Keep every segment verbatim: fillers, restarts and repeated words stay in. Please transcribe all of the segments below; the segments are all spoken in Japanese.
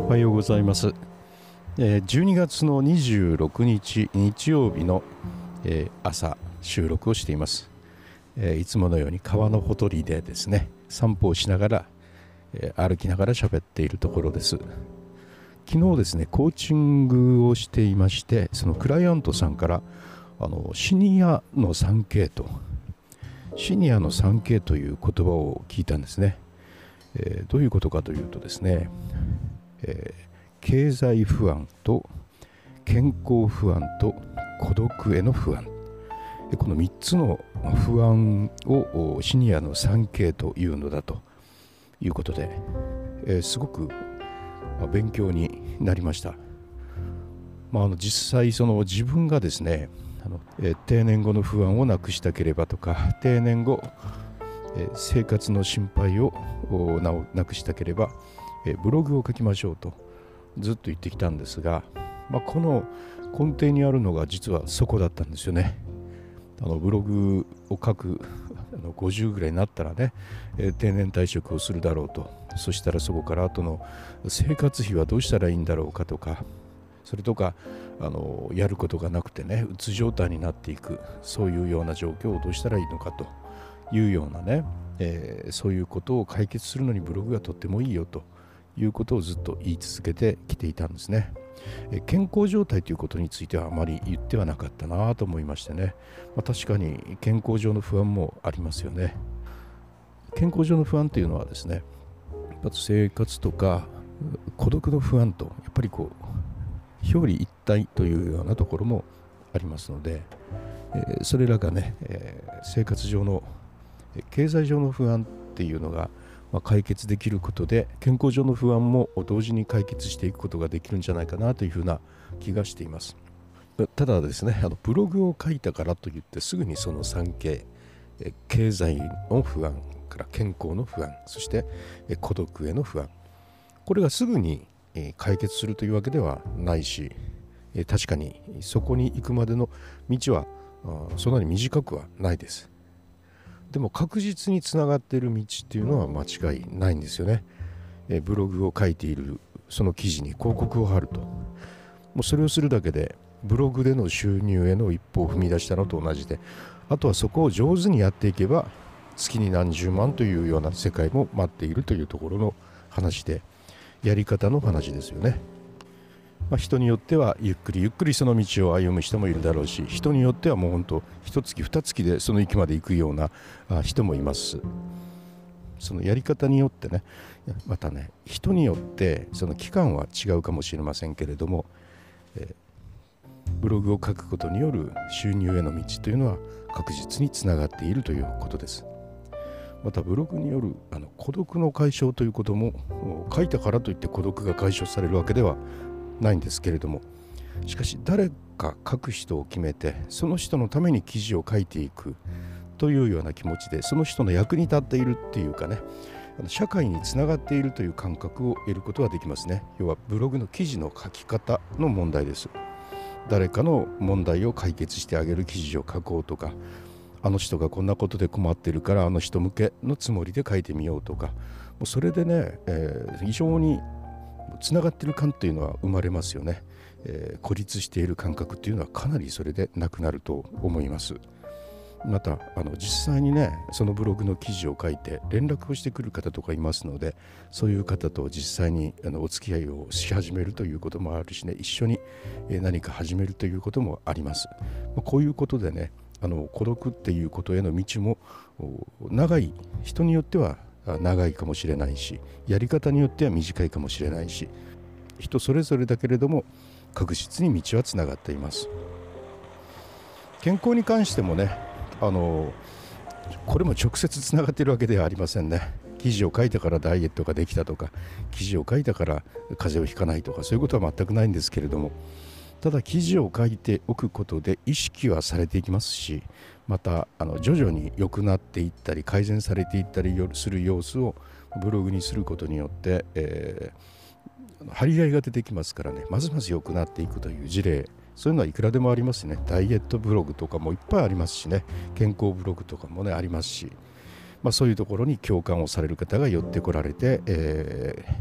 おはようございます。えーじゅうにがつのにじゅうろくにち日曜日の、えー朝収録をしています。えーいつものように川のほとりでですね、散歩をしながら、えー歩きながら喋っているところです。昨日ですね、コーチングをしていまして、そのクライアントさんからあのシニアの スリーケー とシニアの スリーケー という言葉を聞いたんですね。えーどういうことかというとですね、えー経済不安と健康不安と孤独への不安、このみっつの不安をシニアの スリーケー というのだということで、えーすごく勉強になりました。まあ、あの実際その自分がですね、あの、えー定年後の不安をなくしたければとか、定年後、えー生活の心配をおなおなくしたければ、えーブログを書きましょうとずっと言ってきたんですが、まあ、この根底にあるのが実はそこだったんですよね。あのブログを書くあのごじゅうぐらいになったらね、えー定年退職をするだろうと。そしたらそこから後の生活費はどうしたらいいんだろうかとか、それとかあのやることがなくてね、うつ状態になっていく、そういうような状況をどうしたらいいのかというようなね、えーそういうことを解決するのにブログがとってもいいよということをずっと言い続けてきていたんですね。え健康状態ということについてはあまり言ってはなかったなと思いましてね、まあ、確かに健康上の不安もありますよね。健康上の不安というのはですね、まず生活とか孤独の不安とやっぱりこう表裏一体というようなところもありますので、えーそれらがね、えー生活上のえー経済上の不安っていうのがまあ解決できることで、健康上の不安も同時に解決していくことができるんじゃないかなというふうな気がしています。ただですね、あのブログを書いたからといってすぐにその スリーケー、え経済の不安から健康の不安、そしてえ孤独への不安、これがすぐにえ解決するというわけではないし、え確かにそこに行くまでの道はあそんなに短くはないです。でも確実につながっている道っていうのは間違いないんですよね。えブログを書いているその記事に広告を貼ると、もうそれをするだけでブログでの収入への一歩を踏み出したのと同じで、あとはそこを上手にやっていけば月に何十万というような世界も待っているというところの話で、やり方の話ですよね。まあ、人によってはゆっくりゆっくりその道を歩む人もいるだろうし、人によってはもう本当一月二月でその域まで行くようなあ人もいます。そのやり方によってね、またね、人によってその期間は違うかもしれませんけれども、えーブログを書くことによる収入への道というのは確実につながっているということです。またブログによるあの孤独の解消ということも、書いたからといって孤独が解消されるわけではないんですけれども、しかし誰か書く人を決めてその人のために記事を書いていくというような気持ちで、その人の役に立っているっていうかね、あの社会につながっているという感覚を得ることができますね。要はブログの記事の書き方の問題です。誰かの問題を解決してあげる記事を書こうとか、あの人がこんなことで困っているからあの人向けのつもりで書いてみようとか、もうそれでね、えー非常につながっている感というのは生まれますよね。えー孤立している感覚というのはかなりそれでなくなると思います。またあの実際にね、そのブログの記事を書いて連絡をしてくる方とかいますので、そういう方と実際にあのお付き合いをし始めるということもあるしね、一緒にえー何か始めるということもあります。まあこういうことでね、あの孤独っていうことへの道もお長い、人によってはあ長いかもしれないし、やり方によっては短いかもしれないし、人それぞれだけれども確実に道はつながっています。健康に関してもね、あのこれも直接つながっているわけではありませんね。記事を書いたからダイエットができたとか、記事を書いたから風邪をひかないとか、そういうことは全くないんですけれども、ただ記事を書いておくことで意識はされていきますし、またあの徐々に良くなっていったり改善されていったりする様子をブログにすることによって、えー、張り合いが出てきますからね、ますます良くなっていくという事例、そういうのはいくらでもありますね。ダイエットブログとかもいっぱいありますしね、健康ブログとかもねありますし、まあ、そういうところに共感をされる方が寄ってこられて、えー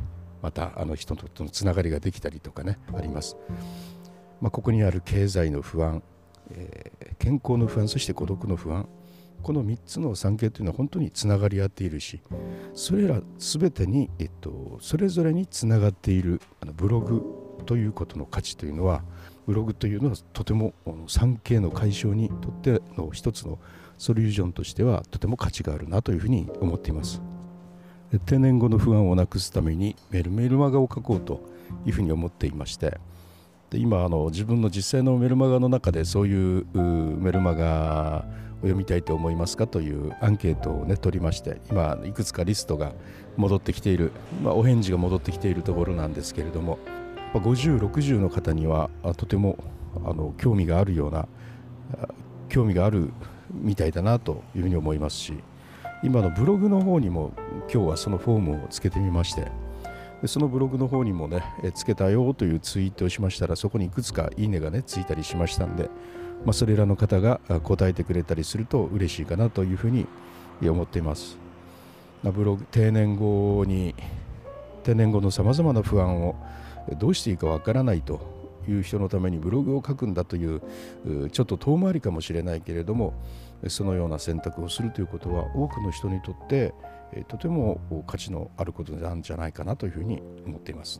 またあの人とのつながりができたりとかねあります。まあ、ここにある経済の不安、えー、健康の不安、そして孤独の不安、このみっつの産経というのは本当につながり合っているし、それら全てに、えっと、それぞれにつながっているあのブログということの価値というのは、ブログというのはとても産経の解消にとっての一つのソリューションとしてはとても価値があるなというふうに思っています。定年後の不安をなくすためにメルメルマガを書こうというふうに思っていまして、で今あの自分の実際のメルマガの中でそういうメルマガを読みたいと思いますかというアンケートをね取りまして、今いくつかリストが戻ってきている、まあ、お返事が戻ってきているところなんですけれども、ごじゅう、ろくじゅうの方にはとてもあの興味があるような興味があるみたいだなというふうに思いますし、今のブログの方にも今日はそのフォームをつけてみまして、でそのブログの方にもねつけたよというツイートをしましたら、そこにいくつかいいねがねついたりしましたんで、まあ、それらの方が答えてくれたりすると嬉しいかなというふうに思っています。まあ、ブログ定年後に定年後のさまざまな不安をどうしていいかわからないという人のためにブログを書くんだというちょっと遠回りかもしれないけれども、そのような選択をするということは多くの人にとってとても価値のあることなんじゃないかなというふうに思っています。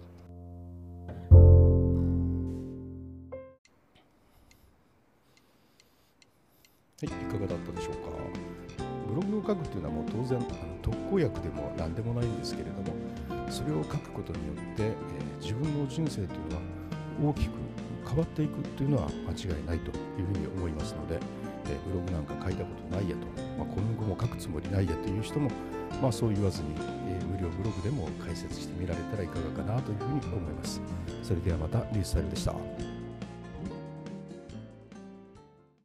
はい、いかがだったでしょうか。ブログを書くというのはもう当然あの特効薬でも何でもないんですけれども、それを書くことによって、えー、自分の人生というのは大きく変わっていくというのは間違いないというふうに思いますので、えー、ブログなんか書いたことないやと、まあ、今後も書くつもりないやという人も、まあ、そう言わずに、えー、無料ブログでも解説してみられたらいかがかなというふうに思います。それではまたリュースタイルでした。